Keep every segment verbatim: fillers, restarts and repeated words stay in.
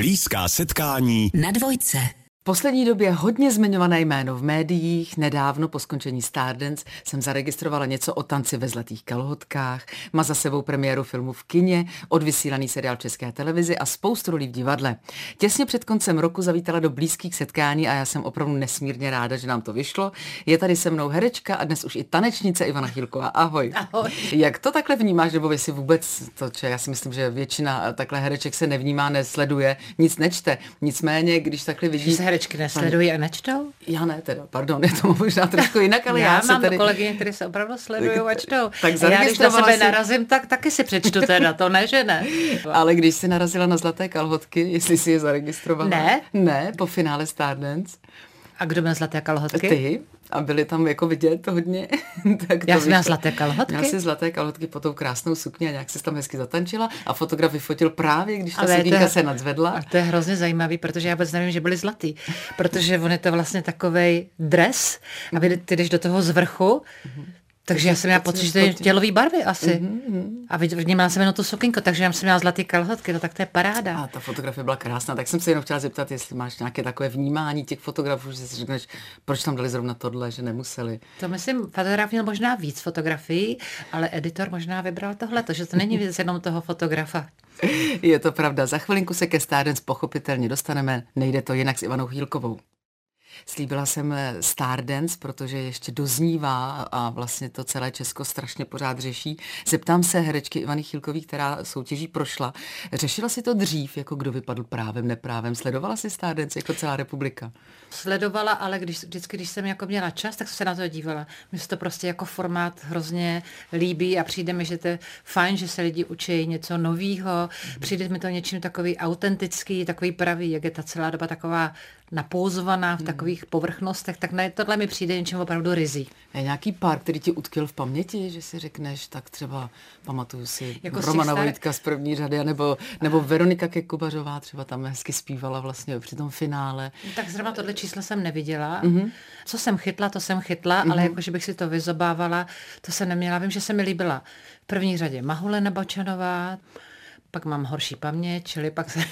Blízká setkání na Dvojce. V poslední době hodně zmiňované jméno v médiích. Nedávno po skončení Stardance jsem zaregistrovala něco o tanci ve zlatých kalhotkách, má za sebou premiéru filmu v kině, odvysílaný seriál v České televizi a spoustu rolí v divadle. Těsně před koncem roku zavítala do blízkých setkání a já jsem opravdu nesmírně ráda, že nám to vyšlo. Je tady se mnou herečka a dnes už i tanečnice Ivana Chýlková. Ahoj. Ahoj. Jak to takhle vnímáš, nebo jestli vůbec to, že já si myslím, že většina takhle hereček se nevnímá, nesleduje, nic nečte. Nicméně, když takhle vidíš, herečky nesledují a nečtou? Já ne teda, pardon, je to možná trošku jinak, ale já, já se mám tady... kolegyně, které se opravdu sledují a čtou. Tak a já když na sebe si... narazím, tak taky si přečtu teda, to ne, že ne. Ale když jsi narazila na zlaté kalhotky, jestli jsi je zaregistrovala? Ne. Ne, po finále Stardance. A kdo měl zlaté kalhotky? Ty. A byly tam jako vidět hodně. Tak já to jsem měla zlaté kalhotky? Měla jsi zlaté kalhotky po tou krásnou sukni a nějak jsi tam hezky zatančila a fotograf vyfotil právě, když ta sukínka se nadzvedla. A to je hrozně zajímavý, protože já vůbec nevím, že byly zlatý. Protože on je to vlastně takovej dres a vy, ty jdeš do toho z vrchu, mm-hmm. Takže já jsem měla pocit, že to je tělový barvy asi. Mm-hmm. A vnímala jsem jenom tu sukinku, takže já jsem měla zlatý kalhotky, no tak to je paráda. A ta fotografie byla krásná, tak jsem se jenom chtěla zeptat, jestli máš nějaké takové vnímání těch fotografů, že si řekneš, proč tam dali zrovna tohle, že nemuseli. To myslím, fotograf měl možná víc fotografií, ale editor možná vybral tohle, že to není věc jenom toho fotografa. Je to pravda, za chvilinku se ke Stardance pochopitelně dostaneme, nejde to jinak s Ivanou Chýlkovou. Slíbila jsem Stardance, protože ještě doznívá a vlastně to celé Česko strašně pořád řeší. Zeptám se herečky Ivany Chýlkové, která soutěží prošla. Řešila si to dřív, jako kdo vypadl právem, neprávem? Sledovala si Stardance jako celá republika? Sledovala, ale když, vždycky, když jsem jako měla čas, tak jsem se na to dívala. Mně se to prostě jako formát hrozně líbí a přijde mi, že to je fajn, že se lidi učí něco novýho. Mm. Přijde mi to něčím takový autentický, takový pravý, jak je ta celá doba taková napózovaná v takových povrchnostech, tak ne, tohle mi přijde něčím opravdu rizí. Je nějaký pár, který ti utkvěl v paměti, že si řekneš, tak třeba pamatuju si jako Romana star... Vojtka z první řady, nebo, nebo Veronika Kekubařová třeba tam hezky zpívala vlastně při tom finále. Tak zrovna tohle číslo jsem neviděla. Mm-hmm. Co jsem chytla, to jsem chytla, mm-hmm. ale jakože bych si to vyzobávala, to jsem neměla. Vím, že se mi líbila v první řadě Mahulena Bačanová, pak mám horší paměť, čili pak se,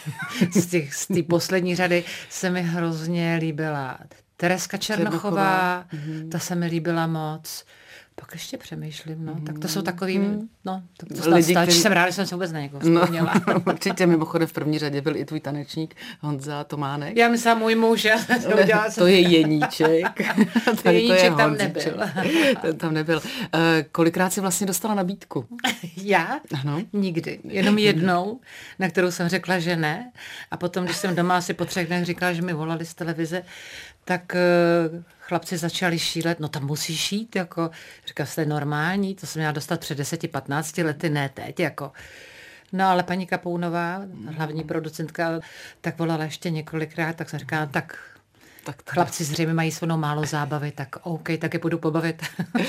z té poslední řady se mi hrozně líbila Tereska Černochová, Černochová. ta se mi líbila moc. Pak ještě přemýšlím, no, tak to jsou takový, mm. no, to, to snad lidi, který... jsem ráda, že jsem se vůbec na někoho vzpomněla. No, určitě, mimochodem v první řadě byl i tvůj tanečník Honza Tománek. Já myslím, můj muž. Já to, to je Jeníček. Jeníček tam nebyl. Ten tam nebyl. Uh, kolikrát jsi vlastně dostala nabídku? Já? Ano. Nikdy. Jenom jednou, na kterou jsem řekla, že ne. A potom, když jsem doma asi po třech dnech říkala, že mi volali z televize, tak uh, chlapci začali šílet, no tam musíš jít, jako, říkal, jste normální, to jsem měla dostat před deseti patnácti lety, ne teď, jako. No ale paní Kapounová, hlavní producentka, tak volala ještě několikrát, tak jsem říkala, tak, tak chlapci zřejmě mají svou málo zábavy, tak OK, tak je budu pobavit.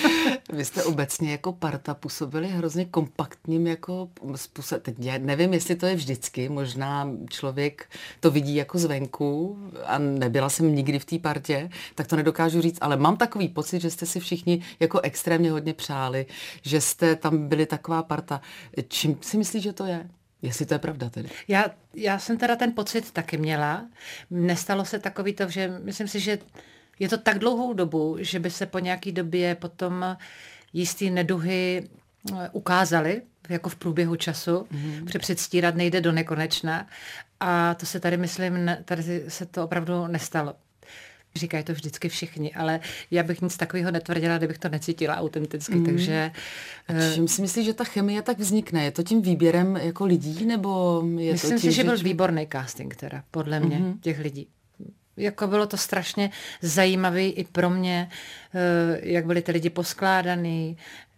Vy jste obecně jako parta působili hrozně kompaktním jako způsob. Teď já nevím, jestli to je vždycky, možná člověk to vidí jako zvenku a nebyla jsem nikdy v té partě, tak to nedokážu říct, ale mám takový pocit, že jste si všichni jako extrémně hodně přáli, že jste tam byli taková parta. Čím si myslíš, že to je? Jestli to je pravda tedy. Já, já jsem teda ten pocit taky měla. Nestalo se takový to, že myslím si, že je to tak dlouhou dobu, že by se po nějaký době potom jistý neduhy ukázaly, jako v průběhu času, mm-hmm. protože předstírat nejde do nekonečna. A to se tady, myslím, tady se to opravdu nestalo. Říkají to vždycky všichni, ale já bych nic takového netvrdila, kdybych to necítila autenticky, mm. takže... A čím si myslíš, že ta chemie tak vznikne? Je to tím výběrem jako lidí, nebo je Myslím to tím, si, že byl či... výborný casting teda, podle mě, mm-hmm. těch lidí. Jako bylo to strašně zajímavý i pro mě, jak byli ty lidi poskládaný,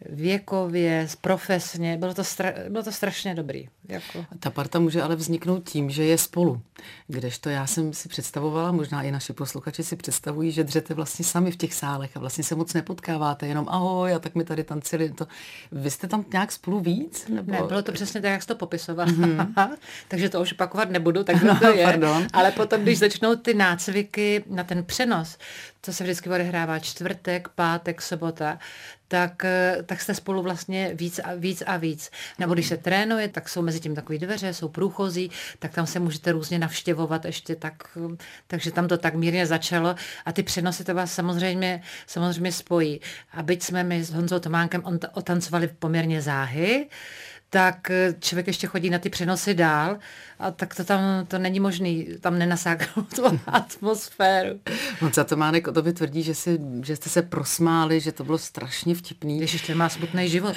věkově, profesně, bylo to, stra- bylo to strašně dobrý. Jako. Ta parta může ale vzniknout tím, že je spolu. Kdežto já jsem si představovala, možná i naši posluchači si představují, že dřete vlastně sami v těch sálech a vlastně se moc nepotkáváte, jenom ahoj a tak mi tady tancili. To. Vy jste tam nějak spolu víc? Nebo... Ne, bylo to přesně tak, jak jsi to popisoval. Mm-hmm. Takže to už opakovat nebudu, tak to je. Pardon. Ale potom, když začnou ty nácviky na ten přenos, to se vždycky odehrává čtvrtek, pátek, sobota, tak, tak jste spolu vlastně víc a víc a víc. Nebo když se trénuje, tak jsou mezi tím takové dveře, jsou průchozí, tak tam se můžete různě navštěvovat ještě tak, takže tam to tak mírně začalo a ty přenosy to vás samozřejmě, samozřejmě spojí. A byť jsme my s Honzou Tománkem on, otancovali poměrně záhy, tak člověk ještě chodí na ty přenosy dál a tak to tam to není možný, tam nenasáknout tu atmosféru. Honza Tománek o tobě tvrdí, že, si, že jste se prosmáli, že to bylo strašně vtipný. Když ještě má smutný život.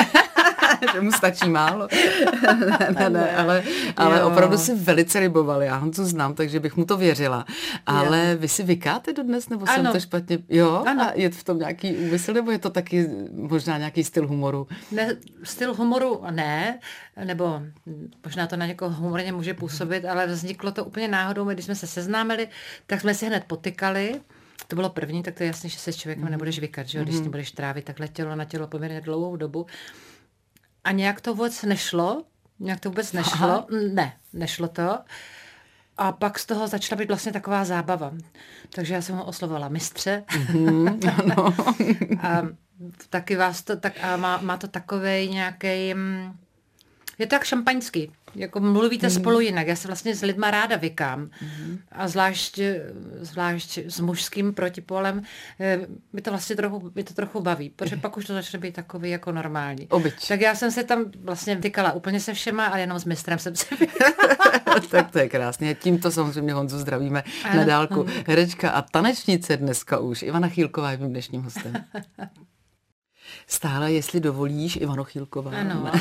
Že mu stačí málo. ne, ne, ne, ale, ale opravdu si velice ryboval. Já Honzu znám, takže bych mu to věřila. Ale jo. Vy si vykáte dodnes, nebo ano. Jsem to špatně? Jo? Ano. A je v tom nějaký úmysl, nebo je to taky možná nějaký styl humoru? Ne, styl humoru ne, nebo možná to na někoho humorně může působit, ale vzniklo to úplně náhodou. My, když jsme se seznámili, tak jsme si hned potykali. To bylo první, tak to je jasné, že se s člověkem mm. nebudeš vykat, že? Když s ním budeš trávit takhle tělo na tělo poměrně dlouhou dobu. A nějak to vůbec nešlo, nějak to vůbec nešlo, Aha. ne, nešlo to. A pak z toho začala být vlastně taková zábava. Takže já jsem ho oslovovala mistře. Mm-hmm, ano. A taky vás to, tak, a má, má to takovej nějaký, je to jak šampaňský. Jako mluvíte mm. spolu jinak. Já se vlastně s lidma ráda vykám. Mm. A zvlášť, zvlášť s mužským protipólem mi to vlastně trochu, mi to trochu baví, protože pak už to začne být takový jako normální. Obyč. Tak já jsem se tam vlastně vykala úplně se všema, ale jenom s mistrem jsem se vykala. Tak to je krásně. Tímto samozřejmě Honzu zdravíme ano. na dálku. Herečka a tanečnice dneska už. Ivana Chýlková je mým dnešním hostem. Stále, jestli dovolíš, Ivano Chýlková. Ano.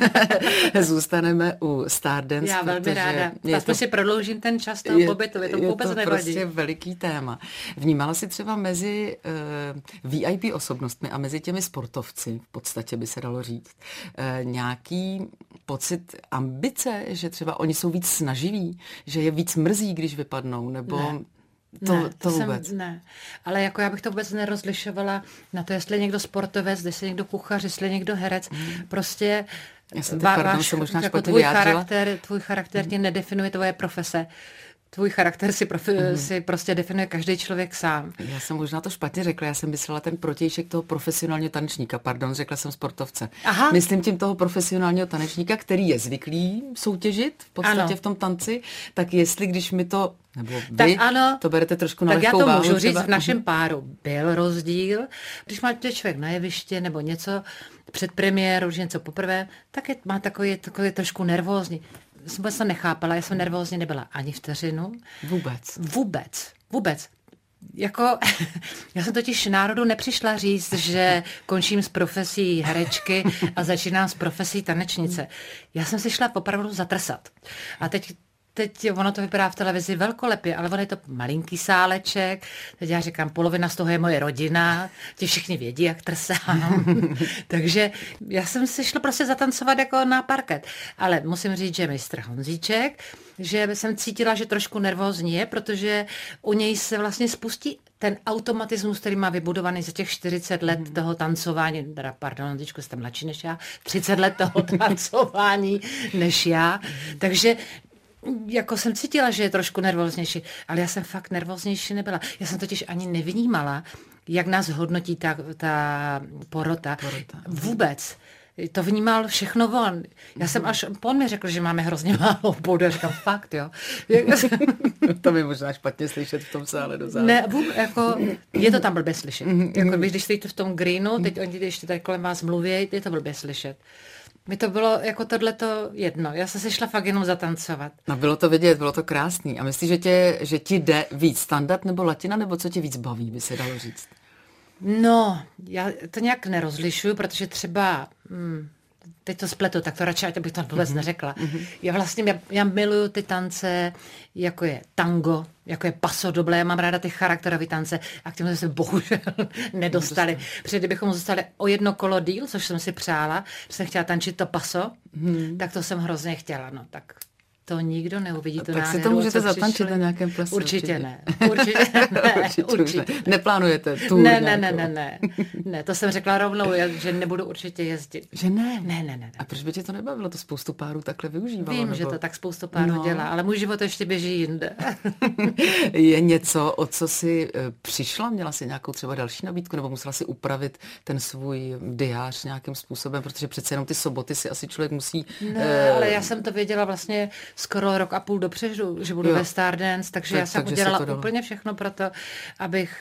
Zůstaneme u Stardance. Já velmi ráda. Aspoň si prodloužím ten čas toho je, pobytu, je to je vůbec to nevadí. Prostě veliký téma. Vnímala si třeba mezi uh, V I P osobnostmi a mezi těmi sportovci, v podstatě by se dalo říct, uh, nějaký pocit ambice, že třeba oni jsou víc snaživí, že je víc mrzí, když vypadnou, nebo... Ne. To, ne, to, to vůbec. Jsem, ne, ale jako já bych to vůbec nerozlišovala na to, jestli je někdo sportovec, jestli je někdo kuchař, jestli je někdo herec. Hmm. Prostě já jsem va, váš, se možná jako tvůj charakter, tvůj charakter hmm. tě nedefinuje tvoje profese. Tvůj charakter si, profi, mm. si prostě definuje každý člověk sám. Já jsem možná to špatně řekla, já jsem myslela ten protějšek toho profesionálního tanečníka, pardon, řekla jsem sportovce. Aha. Myslím tím toho profesionálního tanečníka, který je zvyklý soutěžit v podstatě ano. v tom tanci, tak jestli když mi to, nebo vy, tak ano, to berete trošku na tak lehkou já to váhu, můžu třeba. říct, v našem páru byl rozdíl. Když má člověk na jeviště nebo něco před premiérou, už něco poprvé, tak je, má takový, takový trošku nervózní. Jsem vůbec to nechápala, já jsem nervózně nebyla ani vteřinu. Vůbec. Vůbec, vůbec. Jako, já jsem totiž národu nepřišla říct, že končím s profesí herečky a začínám s profesí tanečnice. Já jsem si šla opravdu zatrsat. A teď Teď ono to vypadá v televizi velkolepě, ale ono je to malinký sáleček. Teď já říkám, polovina z toho je moje rodina, ti všichni vědí, jak trsám. Takže já jsem si šla prostě zatancovat jako na parket. Ale musím říct, že mistr Honzíček, že jsem cítila, že trošku nervózní je, protože u něj se vlastně spustí ten automatismus, který má vybudovaný za těch čtyřicet let mm. toho tancování, teda pardon, Honzičko, jste mladší než já, třicet let toho tancování než já. Takže jako jsem cítila, že je trošku nervóznější, ale já jsem fakt nervóznější nebyla. Já jsem totiž ani nevnímala, jak nás hodnotí ta, ta porota. porota. Vůbec. To vnímal všechno on. Já jsem až, on mi řekl, že máme hrozně málo bodů. Já říkám, fakt, jo. To mi možná špatně slyšet v tom sále do zále. Ne, vůbec, jako, je to tam blbě slyšet. Jako, když stojíte v tom greenu, teď oni ještě tady kolem vás mluví, je to blbě slyšet. Mi to bylo jako tohleto jedno. Já jsem se šla fakt jenom zatancovat. No bylo to vidět, bylo to krásný. A myslíš, že, tě, že ti jde víc standard nebo latina, nebo co tě víc baví, by se dalo říct? No, já to nějak nerozlišuju, protože třeba, hm, teď to spletu, tak to radši, ať bych to vůbec mm-hmm. neřekla. Mm-hmm. Já vlastně, já, já miluju ty tance, jako je tango, jako je paso doble, já mám ráda ty charakterové tance a k těm jsme se bohužel nedostali. Protože kdybychom zůstali o jedno kolo díl, což jsem si přála, že jsem chtěla tančit to paso, mm-hmm. tak to jsem hrozně chtěla, no tak. To nikdo neuvidí, to tak nádheru, si to můžete zatančit přišli. na nějakém plese. Určitě ne. Určitě ne. určitě, určitě. Ne. Neplánujete tour ne, ne, ne, nějakou. ne, ne. Ne, to jsem řekla rovnou, že nebudu určitě jezdit. Že ne? Ne, ne, ne. ne. A proč by tě to nebavilo? To spoustu párů takhle využívalo. Vím, nebo... že to tak spoustu párů no. dělá, ale můj život ještě běží jinde. Je něco, o co jsi přišla? Měla jsi nějakou třeba další nabídku, nebo musela si upravit ten svůj diář nějakým způsobem, protože přece jenom ty soboty si asi člověk musí... Ne, eh... ale já jsem to věděla vlastně skoro rok a půl dopředu, že budu jo. ve Stardance, takže tak, já jsem udělala úplně všechno pro to, abych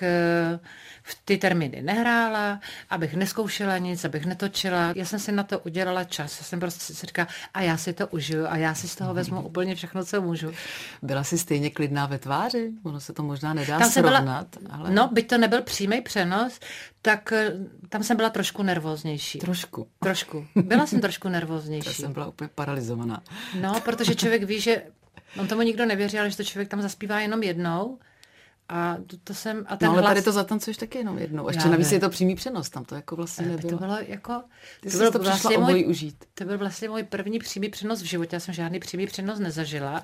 v ty termíny nehrála, abych neskoušela nic, abych netočila. Já jsem si na to udělala čas. Já jsem prostě si říkala, a já si to užiju a já si z toho vezmu úplně všechno, co můžu. Byla jsi stejně klidná ve tváři? Ono se to možná nedá tam srovnat. Byla, ale... No, byť to nebyl přímý přenos, tak tam jsem byla trošku nervóznější. Trošku? Trošku. Byla jsem trošku nervóznější. Já jsem byla úplně paralizovaná. No, protože člověk ví, že on tomu nikdo nevěří, ale že to člověk tam zaspívá jenom jednou. A to, to jsem, a ten no ale hlas... tady to zatancuješ taky jenom jednou. Ještě navíc je to přímý přenos, tam to jako vlastně nebylo. To bylo jako... Ty to jsi to přišla vlastně obojí užít. To byl vlastně můj první přímý přenos v životě. Já jsem žádný přímý přenos nezažila.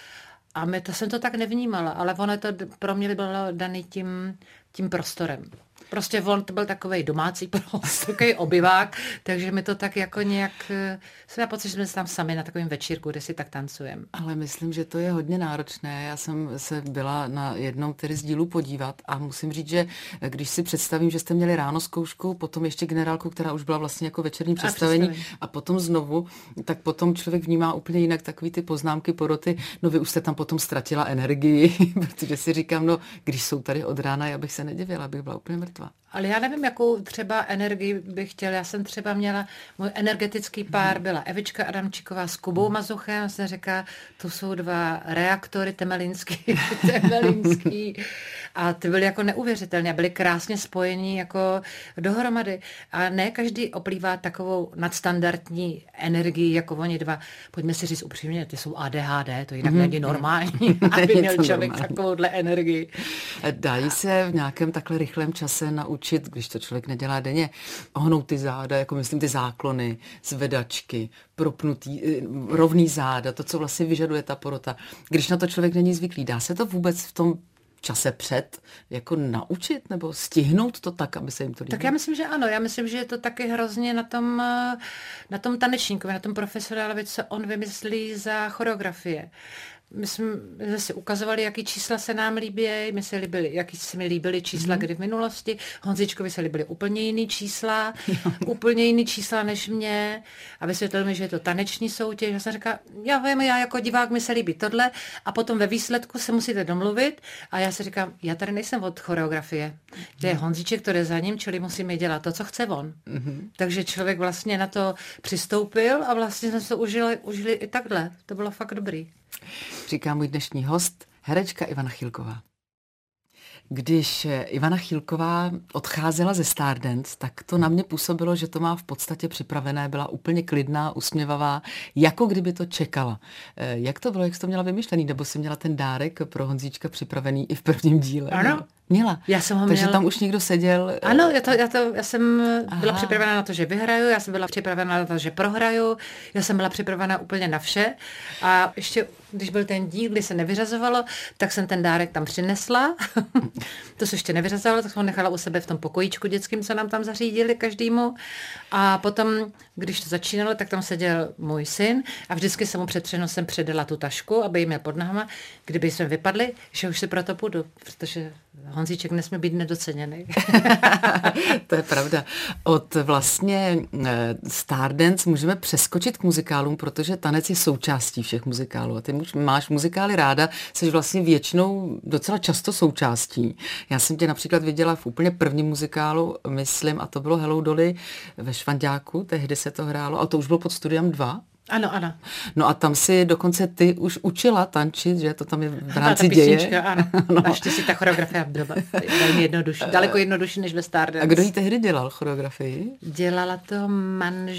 A my, to jsem to tak nevnímala, ale ono to pro mě bylo daný tím, tím prostorem. Prostě on to byl takovej domácí prostor, takový obyvák, takže mi to tak jako nějak... Jsem já pocit, že jsme tam sami na takovém večírku, kde si tak tancujeme. Ale myslím, že to je hodně náročné. Já jsem se byla na jednom tedy z dílů podívat a musím říct, že když si představím, že jste měli ráno zkoušku, potom ještě generálku, která už byla vlastně jako večerní představení a, představení. a potom znovu, tak potom člověk vnímá úplně jinak takový ty poznámky, poroty. No vy už jste tam potom ztratila energii, protože si říkám, no když jsou tady od rána, já bych se nedivila, abych byla úplně mrtvá. Ale já nevím, jakou třeba energii bych chtěla. Já jsem třeba měla, můj energetický pár byla Evička Adamčíková s Kubou Mazuchem. Jsem říká, to jsou dva reaktory temelinský, temelinský. A ty byly jako neuvěřitelné a byly krásně spojení jako dohromady. A ne každý oplývá takovou nadstandardní energii, jako oni dva. Pojďme si říct upřímně, ty jsou A D H D, to jinak mm-hmm. není normální, aby měl člověk takovouhle energii. Dají se v nějakém takhle rychlém čase naučit, když to člověk nedělá denně, ohnout ty záda, jako myslím ty záklony, zvedačky, propnutý, rovný záda, to, co vlastně vyžaduje ta porota. Když na to člověk není zvyklý, dá se to vůbec v tom čase před jako naučit nebo stihnout to tak, aby se jim to líbilo? Tak já myslím, že ano. Já myslím, že je to taky hrozně na tom, na tom tanečníkovi, na tom profesionálovi, co on vymyslí za choreografie. My jsme si ukazovali, jaký čísla se nám líbí, my se líbili, jaký se mi líbily čísla, mm. kdy v minulosti. Honzičkovi se líbily úplně jiný čísla, úplně jiný čísla než mě. A vysvětlil mi, že je to taneční soutěž. Já jsem říkala, já vím, já jako divák mi se líbí tohle a potom ve výsledku se musíte domluvit a já si říkám, já tady nejsem od choreografie. To je Honzíček, který je za ním, čili musíme dělat to, co chce on. Mm-hmm. Takže člověk vlastně na to přistoupil a vlastně jsme se užili, užili i takhle. To bylo fakt dobrý. Říká můj dnešní host, herečka Ivana Chýlková. Když Ivana Chýlková odcházela ze Stardance, tak to na mě působilo, že to má v podstatě připravené, byla úplně klidná, usměvavá, jako kdyby to čekala. Jak to bylo, jak jsi to měla vymyšlený, nebo jsi měla ten dárek pro Honzíčka připravený i v prvním díle? Ano. Měla. Já jsem ho Takže měla... tam už někdo seděl. Ano, já, to, já, to, já jsem Aha. byla připravená na to, že vyhraju, já jsem byla připravená na to, že prohraju, já jsem byla připravená úplně na vše a ještě, když byl ten díl, kdy se nevyřazovalo, tak jsem ten dárek tam přinesla. To se ještě nevyřazovalo, tak jsem ho nechala u sebe v tom pokojíčku dětským, co nám tam zařídili každému. A potom, když to začínalo, tak tam seděl můj syn a vždycky jsem mu před přenosem předala tu tašku, aby ji měl pod nohama, kdyby jsme vypadli, že už si pro to půjdu, protože Honzíček nesmí být nedoceněný. To je pravda. Od vlastně Stardance můžeme přeskočit k muzikálům, protože tanec je součástí všech muzikálů. A ty máš muzikály ráda, jsi vlastně většinou docela často součástí. Já jsem tě například viděla v úplně prvním muzikálu, myslím, a to bylo Hello Dolly ve Švanďáku, tehdy se to hrálo, a to už bylo pod Studiem dva. Ano, ano. No a tam si dokonce ty už učila tančit, že to tam je v rámci děje. Ano. No. Naštěstí ta choreografie byla velmi jednodušší, daleko jednodušší než ve Stardance. A kdo jí tehdy dělal choreografii? Dělala to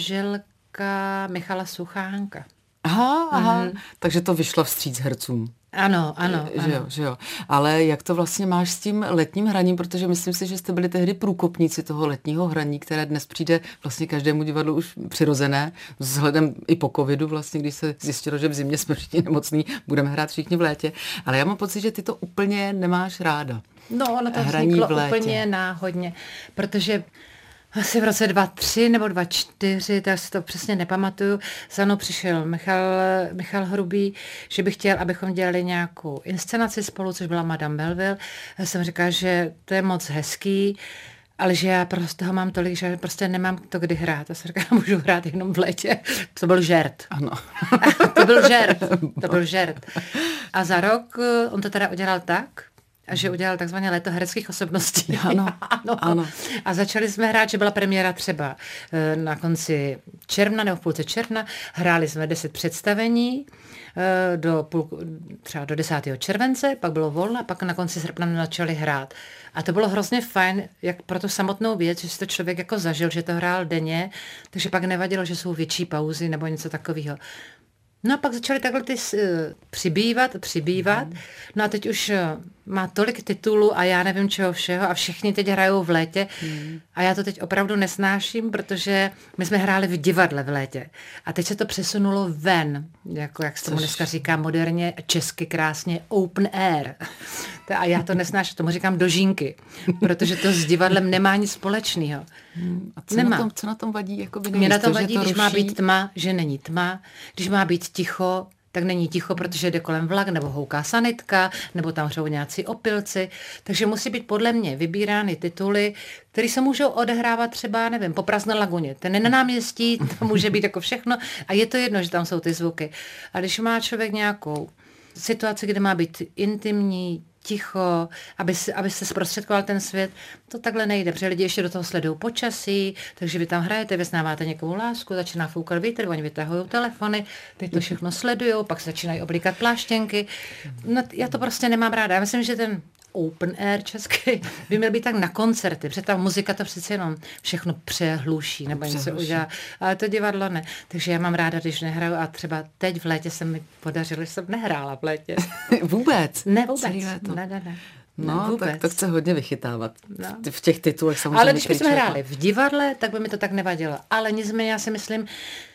manželka Michala Suchánka. Aha, aha. Mm. Takže to vyšlo vstříc hercům. Ano, ano, že ano. jo, že jo. Ale jak to vlastně máš s tím letním hraním, protože myslím si, že jste byli tehdy průkopníci toho letního hraní, které dnes přijde vlastně každému divadlu už přirozené, vzhledem i po covidu vlastně, když se zjistilo, že v zimě jsme všichni nemocní, budeme hrát všichni v létě. Ale já mám pocit, že ty to úplně nemáš ráda. No, ono to Hraní vzniklo v létě. úplně náhodně, protože asi v roce dva tři nebo dva čtyři, tak si to přesně nepamatuju, za mnou přišel Michal, Michal Hrubý, že by chtěl, abychom dělali nějakou inscenaci spolu, což byla Madame Belleville. Já jsem říkala, že to je moc hezký, ale že já prostě toho mám tolik, že prostě nemám to kdy hrát. Já jsem říkala, můžu hrát jenom v létě. To byl žert. Ano. to byl žert. To byl žert. A za rok on to teda udělal tak, a že udělal takzvané léto hereckých osobností. Ano, ano. ano. A začali jsme hrát, že byla premiéra třeba na konci června nebo v půlce června. Hráli jsme deset představení do půl, třeba do desátého července, pak bylo volno a pak na konci srpna začali hrát. A to bylo hrozně fajn, jak pro tu samotnou věc, že si to člověk jako zažil, že to hrál denně, takže pak nevadilo, že jsou větší pauzy nebo něco takového. No a pak začaly takhle ty uh, přibývat, přibývat. No a teď už uh, má tolik titulů a já nevím čeho všeho a všichni teď hrajou v létě. Hmm. A já to teď opravdu nesnáším, protože my jsme hráli v divadle v létě. A teď se to přesunulo ven, jako jak se tomu dneska říká moderně, česky krásně, open air. A já to nesnáším, tomu říkám dožínky, protože to s divadlem nemá nic společného. Hmm. A co nemá. na tom, co na tom vadí? Jako by Mě na tom vadí, to když ruší? má být tma, že není tma, když má být ticho, tak není ticho, protože jde kolem vlak, nebo houká sanitka, nebo tam hřou nějací opilci. Takže musí být podle mě vybírány tituly, které se můžou odehrávat třeba, nevím, po Prazdné laguně. Ten je na náměstí, to může být jako všechno a je to jedno, že tam jsou ty zvuky. A když má člověk nějakou situaci, kde má být intimní, ticho, aby, si, aby se zprostředkoval ten svět, to takhle nejde, protože lidi ještě do toho sledují počasí, takže vy tam hrajete, vysnáváte někomu lásku, začíná foukat vítr, oni vytahují telefony, teď to všechno sledujou, pak se začínají oblíkat pláštěnky. No, já to prostě nemám ráda. Já myslím, že ten open air český by měl být tak na koncerty, protože ta muzika to přece jenom všechno přehluší nebo něco udělá, ale to divadlo ne. Takže já mám ráda, když nehraju a třeba teď v létě se mi podařilo, že jsem nehrála v létě. Vůbec? Ne, vůbec. Ne, ne, ne. No, no tak to chce hodně vychytávat. No. V těch titulech samozřejmě. Ale když bychom hráli v divadle, tak by mi to tak nevadilo. Ale nicméně já si myslím,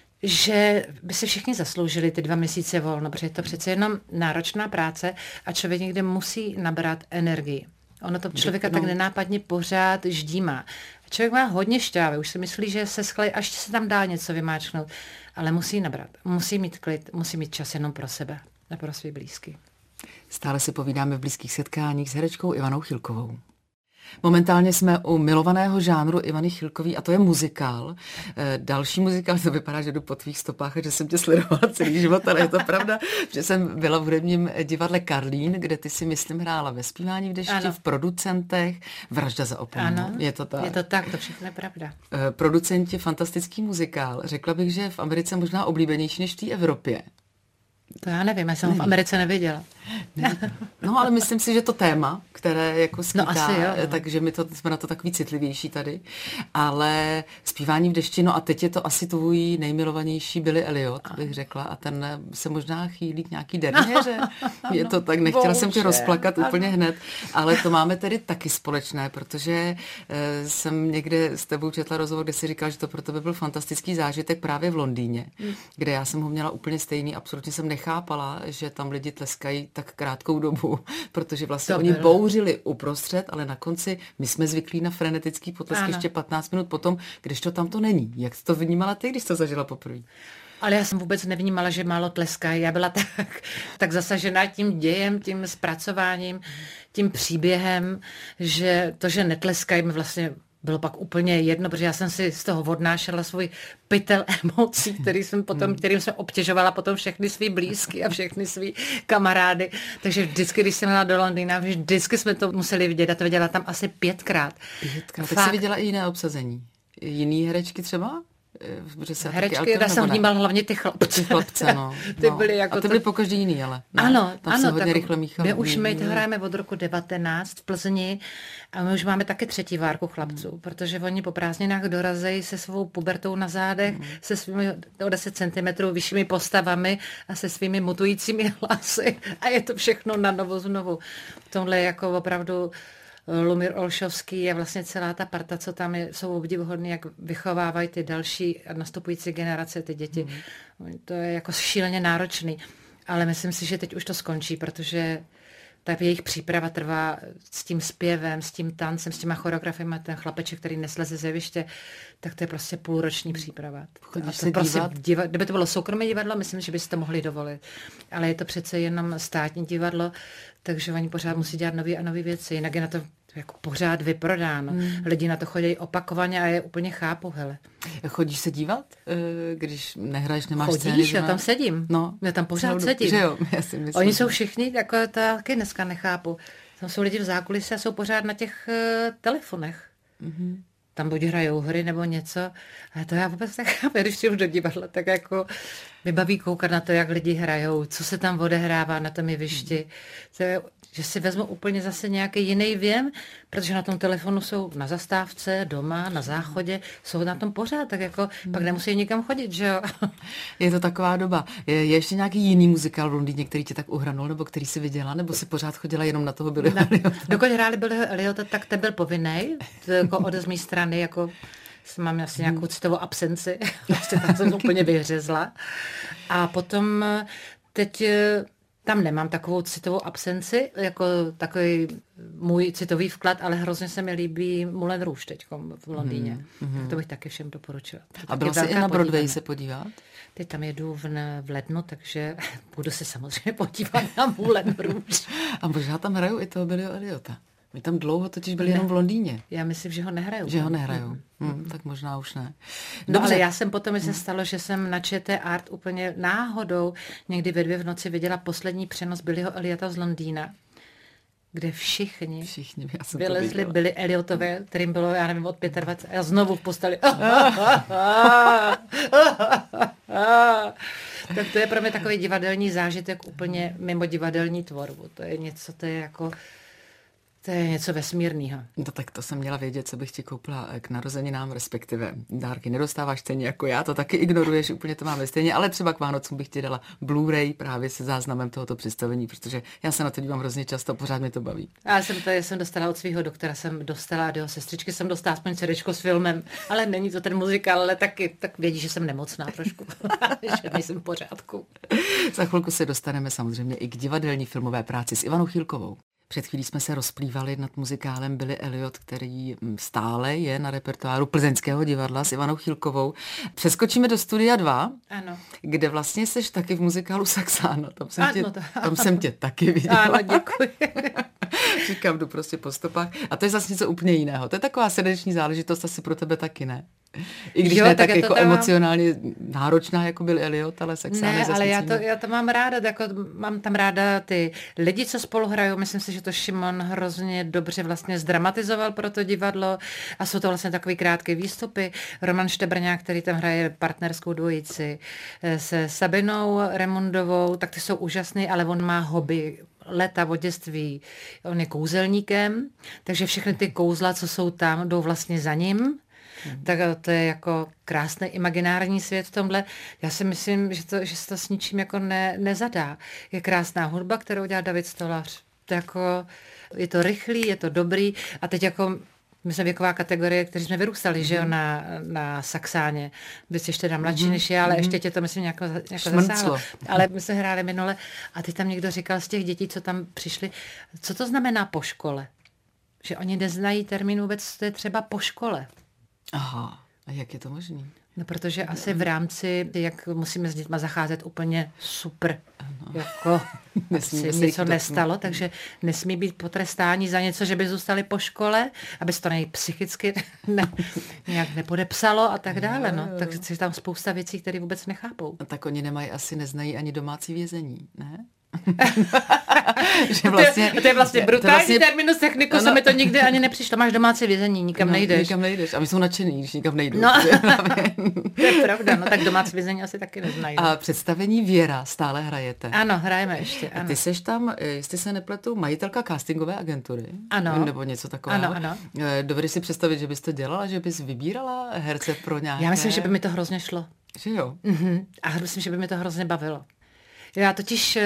že by se všichni zasloužili ty dva měsíce volno, protože je to přece jenom náročná práce a člověk někde musí nabrat energii. Ono to člověka no. tak nenápadně pořád ždímá. Člověk má hodně šťávy, už si myslí, že se sklejí, až se tam dá něco vymáčknout, ale musí nabrat, musí mít klid, musí mít čas jenom pro sebe a pro svý blízky. Stále si povídáme v blízkých setkáních s herečkou Ivanou Chilkovou. Momentálně jsme u milovaného žánru Ivany Chilkový a to je muzikál. E, další muzikál, to vypadá, že jdu po tvých stopách a že jsem tě sledovala celý život, ale je to pravda, že jsem byla v hudebním divadle Karlín, kde ty si, myslím, hrála ve Zpívání v dešti, ano. v Producentech, Vražda za oponou. Ano, je to tak. Je to tak, to všechno je pravda. E, Producenti, fantastický muzikál. Řekla bych, že v Americe možná oblíbenější než v té Evropě. To já nevím, já jsem v Americe neviděla. No, ale myslím si, že to téma, které jako skýtá, no, asi jo, takže my to, jsme na to takový citlivější tady, ale Zpívání v dešti, no a teď je to asi tvůj nejmilovanější Billy Elliot, bych řekla, a ten se možná chýlí k nějaký derniéře. Je to tak, nechtěla Bože. jsem tě rozplakat ano. úplně hned, ale to máme tedy taky společné, protože uh, jsem někde s tebou četla rozhovor, kde si říkal, že to pro tebe byl fantastický zážitek právě v Londýně, hmm. kde já jsem ho měla úplně stejný, absolutně jsem nechápala, že tam lidi tleskají tak krátkou dobu, protože vlastně to oni bylo. bouřili uprostřed, ale na konci my jsme zvyklí na frenetický potlesk ano. ještě patnáct minut potom, když to tam to není. Jak jsi to vnímala ty, když jsi to zažila poprvé? Ale já jsem vůbec nevnímala, že málo tleskají. Já byla tak, tak zasažená tím dějem, tím zpracováním, tím příběhem, že to, že netleskají, mi vlastně bylo pak úplně jedno, protože já jsem si z toho odnášela svůj pytel emocí, který jsem potom, kterým jsem obtěžovala potom všechny svý blízky a všechny svý kamarády. Takže vždycky, když jsem jela do Londýna, vždycky jsme to museli vidět a to viděla tam asi pětkrát. Pětkrát. Tak jsi viděla i jiné obsazení? Jiný herečky třeba? Herečky, já jsem vnímal hlavně ty chlapce. Ty chlapce, no. Ty no. byly jako a ty to... byly pokaždý jiný, ale. No. Ano, tam ano. Se hodně tak rychle míchalo. My už my to hrajeme od roku devatenáct v Plzni a my už máme taky třetí várku chlapců, hmm. protože oni po prázdninách dorazejí se svou pubertou na zádech, hmm. se svými o deset centimetrů vyššími postavami a se svými mutujícími hlasy a je to všechno na novo znovu. V tomhle jako opravdu Lumír Olšovský a vlastně celá ta parta, co tam je, jsou obdivuhodný, jak vychovávají ty další nastupující generace, ty děti. Mm. To je jako šíleně náročný. Ale myslím si, že teď už to skončí, protože ta jejich příprava trvá s tím zpěvem, s tím tancem, s těma choreografiemi. Ten chlapeček, který nesleze z jeviště, tak to je prostě půlroční příprava. Chodíš to se prostě dívat? Diva, kdyby to bylo soukromé divadlo, myslím, že byste to mohli dovolit. Ale je to přece jenom státní divadlo, takže oni pořád musí dělat nové a nové věci. Jinak je na to jako pořád vyprodáno. Hmm. Lidi na to chodí opakovaně a je úplně chápu, hele. Chodíš se dívat, když nehraješ, nemáš Chodíš, scény? Chodíš, já tam sedím. No. Já tam pořád Celou, sedím. Že jo, já si myslím. Oni jsou všichni, jako to taky dneska nechápu. Tam jsou lidi v zákulisí a jsou pořád na těch uh, telefonech. Mm-hmm. Tam buď hrajou hry nebo něco. Ale to já vůbec nechápu. Když přijdu do divadla, tak jako mi baví koukat na to, jak lidi hrajou, co se tam odehrává na tom jevišti. To je, že si vezmu úplně zase nějaký jiný věm, protože na tom telefonu jsou na zastávce, doma, na záchodě, jsou na tom pořád, tak jako hmm. pak nemusí nikam chodit, že jo. Je to taková doba. Je, je ještě nějaký jiný muzikál v Londýně, který tě tak uhranul, nebo který si viděla, nebo si pořád chodila jenom na toho Billyho Eliota? Dokud hráli Billyho Eliota, tak ten byl povinnej, to jako od z mé strany, jako mám asi nějakou citovou absenci, vlastně tam jsem úplně vyhřezla. A potom teď tam nemám takovou citovou absenci, jako takový můj citový vklad, ale hrozně se mi líbí Moulin Rouge teď v Londýně. Mm-hmm. Tak to bych taky všem doporučila. A byla jsi i na Broadway se podívat? Teď tam jedu v, v lednu, takže budu se samozřejmě podívat na Moulin Rouge. A možná tam hrajou i toho Billyho Eliota. My tam dlouho totiž byli ne. jenom v Londýně. Já myslím, že ho nehrajou. Že ho nehrajou. Hmm. Hmm, tak možná už ne. No ale já jsem potom, mi se stalo, že jsem na Č T Art úplně náhodou někdy ve dvě v noci viděla poslední přenos Billyho Eliota z Londýna, kde všichni, všichni vylezli Billy Eliotové, kterým bylo, já nevím, od dvacet pět a znovu v posteli. Tak to je pro mě takový divadelní zážitek úplně mimo divadelní tvorbu. To je něco, to je jako... To je něco vesmírného. No tak to jsem měla vědět, co bych ti koupila k narozeninám, respektive dárky nedostáváš stejně jako já, to taky ignoruješ, úplně to máme stejně, ale třeba k Vánocům bych ti dala Blu-ray právě se záznamem tohoto představení, protože já se na to dívám hrozně často, pořád mě to baví. Já jsem to jsem dostala od svého doktora, jsem dostala, od jeho sestřičky jsem dostala aspoň cerečko s filmem, ale není to ten muzikál, ale taky tak vědí, že jsem nemocná trošku, že nejsem v pořádku. Za chvilku se dostaneme samozřejmě i k divadelní filmové práci s Ivanou Chýlkovou. Před chvílí jsme se rozplývali nad muzikálem Billy Eliot, který stále je na repertoáru Plzeňského divadla s Ivanou Chýlkovou. Přeskočíme do Studia dva, ano. Kde vlastně seš taky v muzikálu Saxána. Tam jsem, ano, tě, to... tam jsem tě taky viděla. Ano, děkuji. Říkám, jdu prostě po stopách. A to je zase něco úplně jiného. To je taková srdeční záležitost asi pro tebe taky, ne? I když jo, ne tak, tak jako emocionálně mám... náročná, jako byl Eliot, ale Saxán ne, je ale já to, já to mám ráda, jako mám tam ráda ty lidi, co spolu hrajou, myslím si, že to Šimon hrozně dobře vlastně zdramatizoval pro to divadlo a jsou to vlastně takový krátké výstupy. Roman Štebrňák, který tam hraje partnerskou dvojici se Sabinou Remundovou, tak ty jsou úžasný, ale on má hobby leta od dětství. On je kouzelníkem, takže všechny ty kouzla, co jsou tam, jdou vlastně za ním. Hmm. Tak to je jako krásný imaginární svět v tomhle. Já si myslím, že, to, že se to s ničím jako ne, nezadá. Je krásná hudba, kterou dělá David Stolař. To jako, je to rychlý, je to dobrý a teď jako my jsme věková kategorie, kteří jsme vyrůstali, mm. že jo, na, na Saxáně. Vy jsi ještě tam mladší mm. než já, ale mm. ještě tě to myslím nějak, nějak zasáhlo. Ale my jsme hráli minule a teď tam někdo říkal z těch dětí, co tam přišli, co to znamená po škole? Že oni neznají termín vůbec, to je třeba po škole. Aha, a jak je to možný? No, protože asi v rámci, jak musíme s dětma zacházet úplně super, ano. Jako asi něco nestalo, takže nesmí být potrestáni za něco, že by zůstali po škole, aby se to nej psychicky ne, nějak nepodepsalo a tak dále. No. Takže je tam spousta věcí, které vůbec nechápou. A tak oni nemají, asi neznají ani domácí vězení, ne? že vlastně, to, je, to je vlastně brutální vlastně, terminus technicus, se mi to nikdy ani nepřišlo. Máš domácí vězení, nikam no, nejdeš. Nikam nejdeš. A my jsou nadšený, když nikam nejdou. No, to je pravda, no tak domácí vězení asi taky neznají. A představení Věra stále hrajete. Ano, hrajeme ještě, ano. A ty seš tam, jestli se nepletu, majitelka castingové agentury. Ano. Nebo něco takového. Ano, ano. Dovedeš si představit, že bys to dělala, že bys vybírala herce pro nějaké... Já myslím, že by mi to hrozně šlo. Že jo? Uh-huh. A myslím, že by mi to hrozně bavilo. Já totiž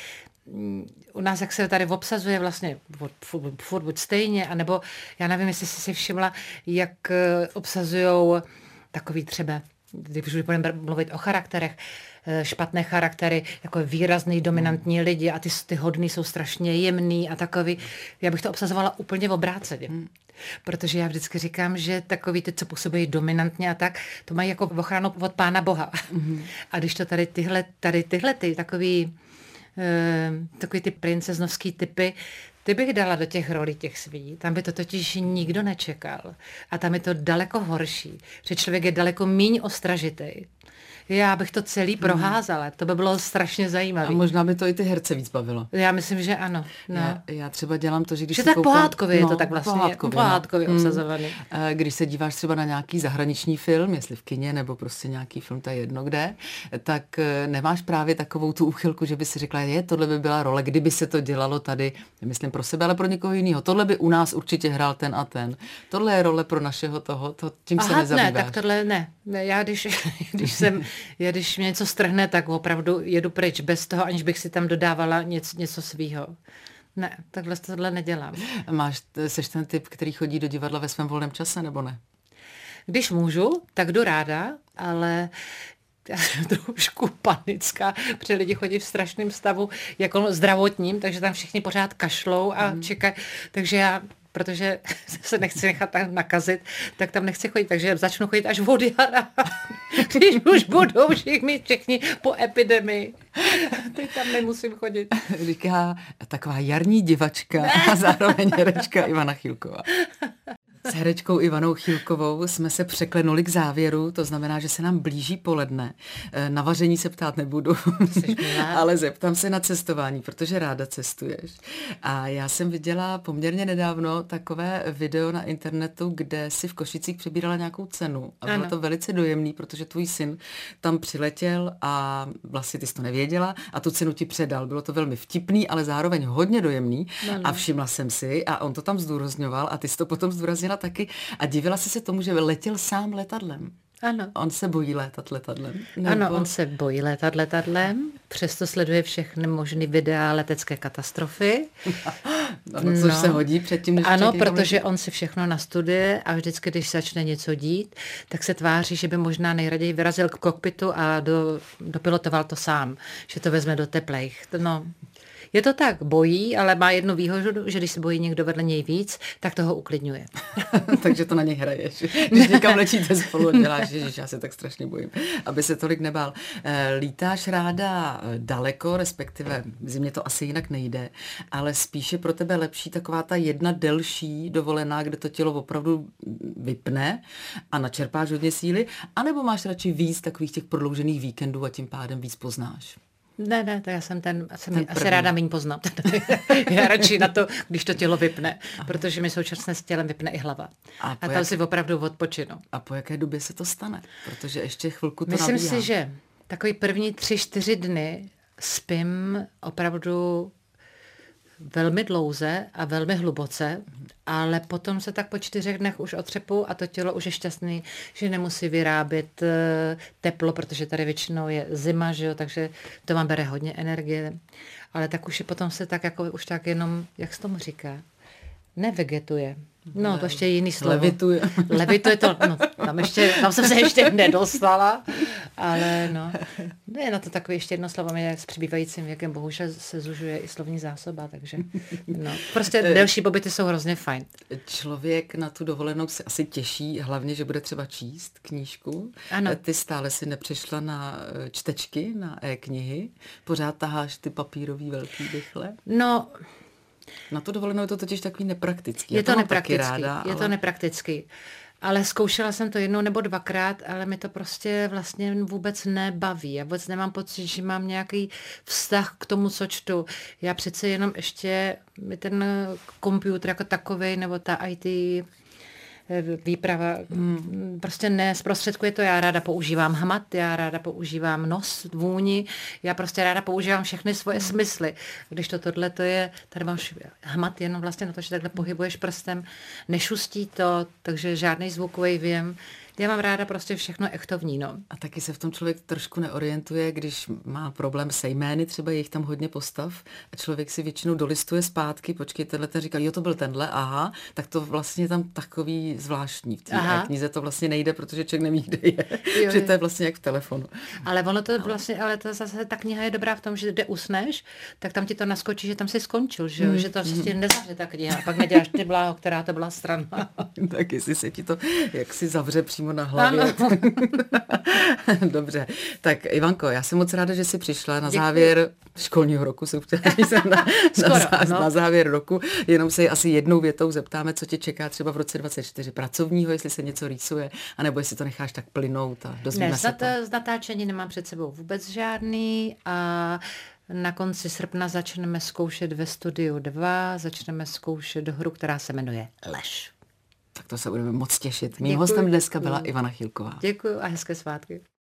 u nás, jak se tady obsazuje vlastně furt buď stejně, anebo já nevím, jestli jsi si všimla, jak obsazujou takový třeba, když už budeme mluvit o charakterech, špatné charaktery, jako výrazný, dominantní hmm. lidi a ty, ty hodný jsou strašně jemný a takový. Já bych to obsazovala úplně v obráceně. Hmm. Protože já vždycky říkám, že takový ty, co působí dominantně a tak, to mají jako ochranu od Pána Boha. Mm-hmm. A když to tady tyhle, tady tyhle ty takový, uh, takový ty princeznovský typy, ty bych dala do těch rolí těch svých. Tam by to totiž nikdo nečekal. A tam je to daleko horší, že člověk je daleko míň ostražitej. Já bych to celý proházala, to by bylo strašně zajímavé. A možná by to i ty herce víc bavilo. Já myslím, že ano. No. Já, já třeba dělám to, že když že se tak koukám... pohádkově no, je to tak vlastně, pohádkově, pohádkově no. obsazovaný. Hmm. Když se díváš třeba na nějaký zahraniční film, jestli v kině, nebo prostě nějaký film, to je jedno kde, tak nemáš právě takovou tu úchylku, že by si řekla, je, tohle by byla role, kdyby se to dělalo tady, nemyslím pro sebe, ale pro někoho jiného. Tohle by u nás určitě hrál ten a ten. Tohle je role pro našeho toho, to, tím Aha, se nezabýváš. ne, tak tohle ne. Já když, když jsem, já když mě něco strhne, tak opravdu jedu pryč bez toho, aniž bych si tam dodávala něco, něco svýho. Ne, takhle tohle nedělám. Máš, seš ten typ, který chodí do divadla ve svém volném čase, nebo ne? Když můžu, tak jdu ráda, ale já jsem trošku panická, protože lidi chodí v strašném stavu jako zdravotním, takže tam všichni pořád kašlou a mm. čekají. Takže já, protože se nechci nechat tam nakazit, tak tam nechci chodit, takže začnu chodit až od jara, když už budou všichni, všichni po epidemii. Teď tam nemusím chodit. Říká taková jarní divačka a zároveň herečka Ivana Chýlková. S herečkou Ivanou Chýlkovou jsme se překlenuli k závěru, to znamená, že se nám blíží poledne. Na vaření se ptát nebudu, ale zeptám se na cestování, protože ráda cestuješ. A já jsem viděla poměrně nedávno takové video na internetu, kde si v Košicích přebírala nějakou cenu. A bylo ano. to velice dojemný, protože tvůj syn tam přiletěl a vlastně ty jsi to nevěděla a tu cenu ti předal. Bylo to velmi vtipný, ale zároveň hodně dojemný. Ano. A všimla jsem si a on to tam zdůrazňoval a ty jsi to potom zdůraznila taky a divila jsi se tomu, že letěl sám letadlem. Ano. On se bojí létat letadlem. Nebo... Ano, on se bojí létat letadlem, přesto sleduje všechny možný videa letecké katastrofy. ano, což no. se hodí předtím, než ano, protože on si všechno nastuduje a vždycky, když začne něco dít, tak se tváří, že by možná nejraději vyrazil k kokpitu a do, dopilotoval to sám, že to vezme do teplejch. No. Je to tak, bojí, ale má jednu výhodu, že když se bojí někdo vedle něj víc, tak toho uklidňuje. Takže to na něj hraješ. Když někam letíte spolu, děláš, ježiš, já se tak strašně bojím, aby se tolik nebál. Lítáš ráda daleko, respektive v zimě to asi jinak nejde, ale spíše pro tebe lepší taková ta jedna delší dovolená, kde to tělo opravdu vypne a načerpáš hodně síly, anebo máš radši víc takových těch prodloužených víkendů a tím pádem víc poznáš? Ne, ne, to já jsem ten, jsem ten asi ráda méně poznám. Já radši na to, když to tělo vypne, protože mi současně s tělem vypne i hlava. A, a tam jak... si opravdu odpočinu. A po jaké době se to stane? Protože ještě chvilku to Myslím nabíhá. si, že takový první tři, čtyři dny spím opravdu velmi dlouze a velmi hluboce, ale potom se tak po čtyřech dnech už otřepu a to tělo už je šťastný, že nemusí vyrábět teplo, protože tady většinou je zima, že jo, takže to vám bere hodně energie, ale tak už je potom se tak jako už tak jenom, jak se tomu říká, nevegetuje. No, to ještě je jiný slovo. Levituje. Levituje to, no, tam, ještě, tam jsem se ještě nedostala, ale no, je na to takové ještě jedno slovo, mě s přibývajícím věkem bohužel se zužuje i slovní zásoba, takže no, prostě delší pobyty jsou hrozně fajn. Člověk na tu dovolenou se asi těší, hlavně, že bude třeba číst knížku. Ano. Ty stále si nepřešla na čtečky, na e-knihy, pořád taháš ty papírový velký dychle? No, Na to dovolenou je to totiž takový nepraktický. Je to nepraktický, ráda, je ale... to nepraktický. Ale zkoušela jsem to jednou nebo dvakrát, ale mi to prostě vlastně vůbec nebaví. Já vůbec nemám pocit, že mám nějaký vztah k tomu, co čtu. Já přece jenom ještě ten počítač jako takovej, nebo ta í té výprava, hmm. prostě nezprostředkuje to. Já ráda používám hmat, já ráda používám nos, vůni, já prostě ráda používám všechny svoje hmm. smysly. Když to tohle to je, tady máš hmat jenom vlastně na to, že takhle pohybuješ prstem, nešustí to, takže žádný zvukový věm. Já mám ráda prostě všechno echtovní, no. A taky se v tom člověk trošku neorientuje, když má problém se jmény, třeba je jich tam hodně postav a člověk si většinou dolistuje zpátky, počkej, tenhle ten říkal, jo, to byl tenhle, aha, tak to vlastně tam takový zvláštní. V té knize to vlastně nejde, protože člověk neví, kde je, jo, že to je vlastně jak v telefonu. Ale ono to vlastně, ale to zase ta kniha je dobrá v tom, že kde usneš, tak tam ti to naskočí, že tam si skončil, že, hmm. že to prostě hmm. nezavře ta kniha, pak neděláš ty bláho, která to byla strana. Tak jestli se ti to, jak si zavře přímo na hlavě. Dobře. Tak Ivanko, já jsem moc ráda, že jsi přišla na Děkuji. závěr školního roku, jsem chtěla říct na, Skoro, na, no. na závěr roku. Jenom se asi jednou větou zeptáme, co tě čeká třeba v roce dvacet čtyři pracovního, jestli se něco rýsuje, anebo jestli to necháš tak plynout a dozvíme ne, se to. Ne, z natáčení nemám před sebou vůbec žádný a na konci srpna začneme zkoušet ve Studiu dva, začneme zkoušet hru, která se jmenuje Lež. Tak to se budeme moc těšit. Mým hostem dneska byla Ivana Chýlková. Děkuji a hezké svátky.